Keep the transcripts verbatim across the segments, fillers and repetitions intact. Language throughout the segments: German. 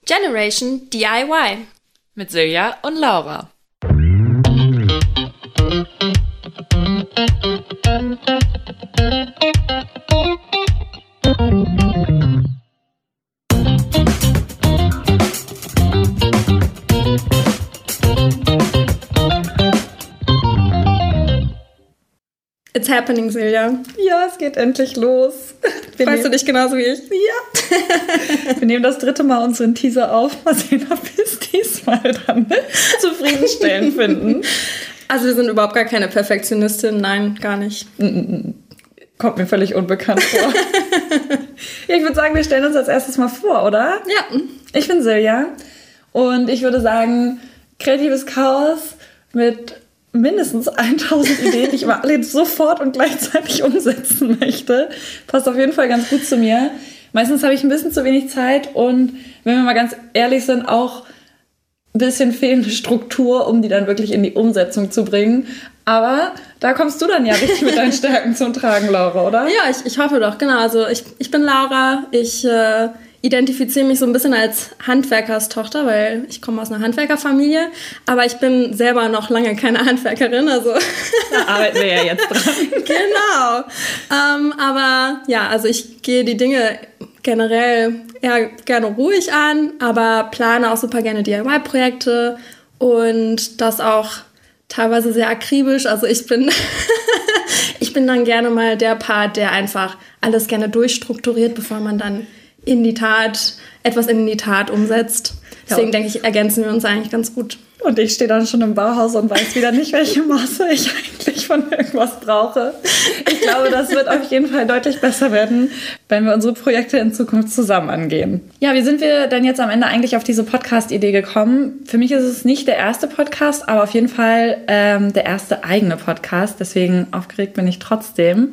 Generation D I Y mit Silja und Laura. It's happening, Silja. Ja, es geht endlich los. Wir Freust du dich genauso wie ich? Ja. Wir nehmen das dritte Mal unseren Teaser auf. Mal sehen, ob wir es diesmal dann zufriedenstellend finden. Also wir sind überhaupt gar keine Perfektionistin. Nein, gar nicht. Kommt mir völlig unbekannt vor. Ja, ich würde sagen, wir stellen uns als erstes mal vor, oder? Ja. Ich bin Silja und ich würde sagen, kreatives Chaos mit mindestens tausend Ideen, die ich aber alle sofort und gleichzeitig umsetzen möchte. Passt auf jeden Fall ganz gut zu mir. Meistens habe ich ein bisschen zu wenig Zeit und wenn wir mal ganz ehrlich sind, auch ein bisschen fehlende Struktur, um die dann wirklich in die Umsetzung zu bringen. Aber da kommst du dann ja richtig mit deinen Stärken zum Tragen, Laura, oder? Ja, ich, ich hoffe doch, genau. Also ich, ich bin Laura, ich äh, identifiziere mich so ein bisschen als Handwerkerstochter, weil ich komme aus einer Handwerkerfamilie, aber ich bin selber noch lange keine Handwerkerin, also da arbeiten wir ja jetzt dran. Genau, ähm, aber ja, also ich gehe die Dinge generell eher gerne ruhig an, aber plane auch super gerne D I Y-Projekte und das auch teilweise sehr akribisch, also ich bin ich bin dann gerne mal der Part, der einfach alles gerne durchstrukturiert, bevor man dann in die Tat, etwas in die Tat umsetzt. Deswegen ja. denke ich, ergänzen wir uns eigentlich ganz gut. Und ich stehe dann schon im Bauhaus und weiß wieder nicht, welche Maße ich eigentlich von irgendwas brauche. Ich glaube, das wird auf jeden Fall deutlich besser werden, wenn wir unsere Projekte in Zukunft zusammen angehen. Ja, wie sind wir denn jetzt am Ende eigentlich auf diese Podcast-Idee gekommen? Für mich ist es nicht der erste Podcast, aber auf jeden Fall ähm, der erste eigene Podcast. Deswegen aufgeregt bin ich trotzdem.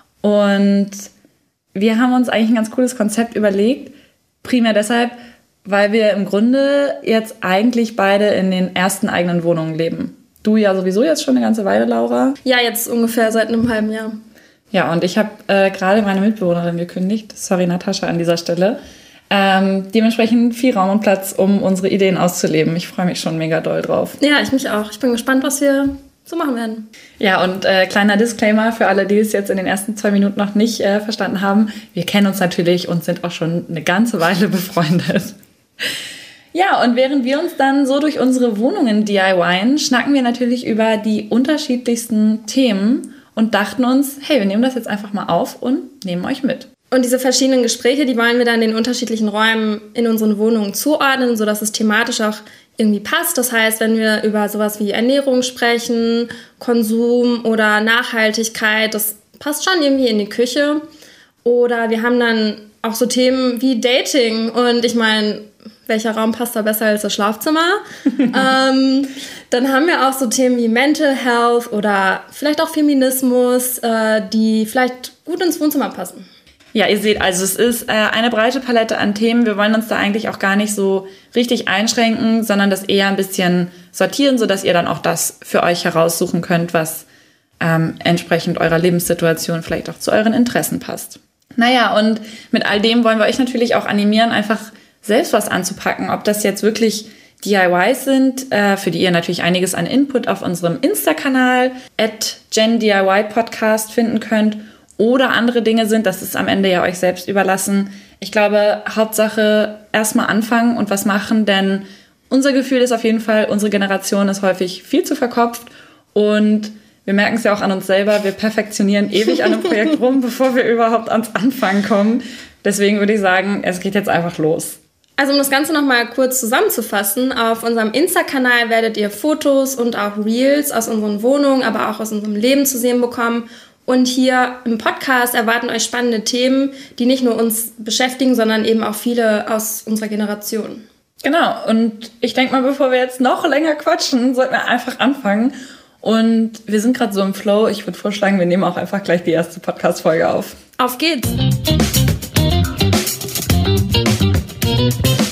Und wir haben uns eigentlich ein ganz cooles Konzept überlegt, primär deshalb, weil wir im Grunde jetzt eigentlich beide in den ersten eigenen Wohnungen leben. Du ja sowieso jetzt schon eine ganze Weile, Laura. Ja, jetzt ungefähr seit einem halben Jahr. Ja, und ich habe äh, gerade meine Mitbewohnerin gekündigt. Sorry, Natascha, an dieser Stelle. Ähm, dementsprechend viel Raum und Platz, um unsere Ideen auszuleben. Ich freue mich schon mega doll drauf. Ja, ich mich auch. Ich bin gespannt, was wir so machen werden. Ja, und äh, kleiner Disclaimer für alle, die es jetzt in den ersten zwei Minuten noch nicht äh, verstanden haben. Wir kennen uns natürlich und sind auch schon eine ganze Weile befreundet. Ja, und während wir uns dann so durch unsere Wohnungen D I Y, schnacken wir natürlich über die unterschiedlichsten Themen und dachten uns, hey, wir nehmen das jetzt einfach mal auf und nehmen euch mit. Und diese verschiedenen Gespräche, die wollen wir dann den unterschiedlichen Räumen in unseren Wohnungen zuordnen, sodass es thematisch auch irgendwie passt. Das heißt, wenn wir über sowas wie Ernährung sprechen, Konsum oder Nachhaltigkeit, das passt schon irgendwie in die Küche. Oder wir haben dann auch so Themen wie Dating. Und ich meine, welcher Raum passt da besser als das Schlafzimmer? ähm, dann haben wir auch so Themen wie Mental Health oder vielleicht auch Feminismus, äh, die vielleicht gut ins Wohnzimmer passen. Ja, ihr seht, also es ist äh, eine breite Palette an Themen. Wir wollen uns da eigentlich auch gar nicht so richtig einschränken, sondern das eher ein bisschen sortieren, sodass ihr dann auch das für euch heraussuchen könnt, was ähm, entsprechend eurer Lebenssituation vielleicht auch zu euren Interessen passt. Naja, und mit all dem wollen wir euch natürlich auch animieren, einfach selbst was anzupacken. Ob das jetzt wirklich D I Ys sind, äh, für die ihr natürlich einiges an Input auf unserem Insta-Kanal at gen D I Y podcast finden könnt, oder andere Dinge sind, das ist am Ende ja euch selbst überlassen. Ich glaube, Hauptsache erstmal anfangen und was machen, denn unser Gefühl ist auf jeden Fall, unsere Generation ist häufig viel zu verkopft und wir merken es ja auch an uns selber, wir perfektionieren ewig an einem Projekt rum, bevor wir überhaupt ans Anfangen kommen. Deswegen würde ich sagen, es geht jetzt einfach los. Also um das Ganze nochmal kurz zusammenzufassen, auf unserem Insta-Kanal werdet ihr Fotos und auch Reels aus unseren Wohnungen, aber auch aus unserem Leben zu sehen bekommen. Und hier im Podcast erwarten euch spannende Themen, die nicht nur uns beschäftigen, sondern eben auch viele aus unserer Generation. Genau, und ich denke mal, bevor wir jetzt noch länger quatschen, sollten wir einfach anfangen. Und wir sind gerade so im Flow. Ich würde vorschlagen, wir nehmen auch einfach gleich die erste Podcast-Folge auf. Auf geht's!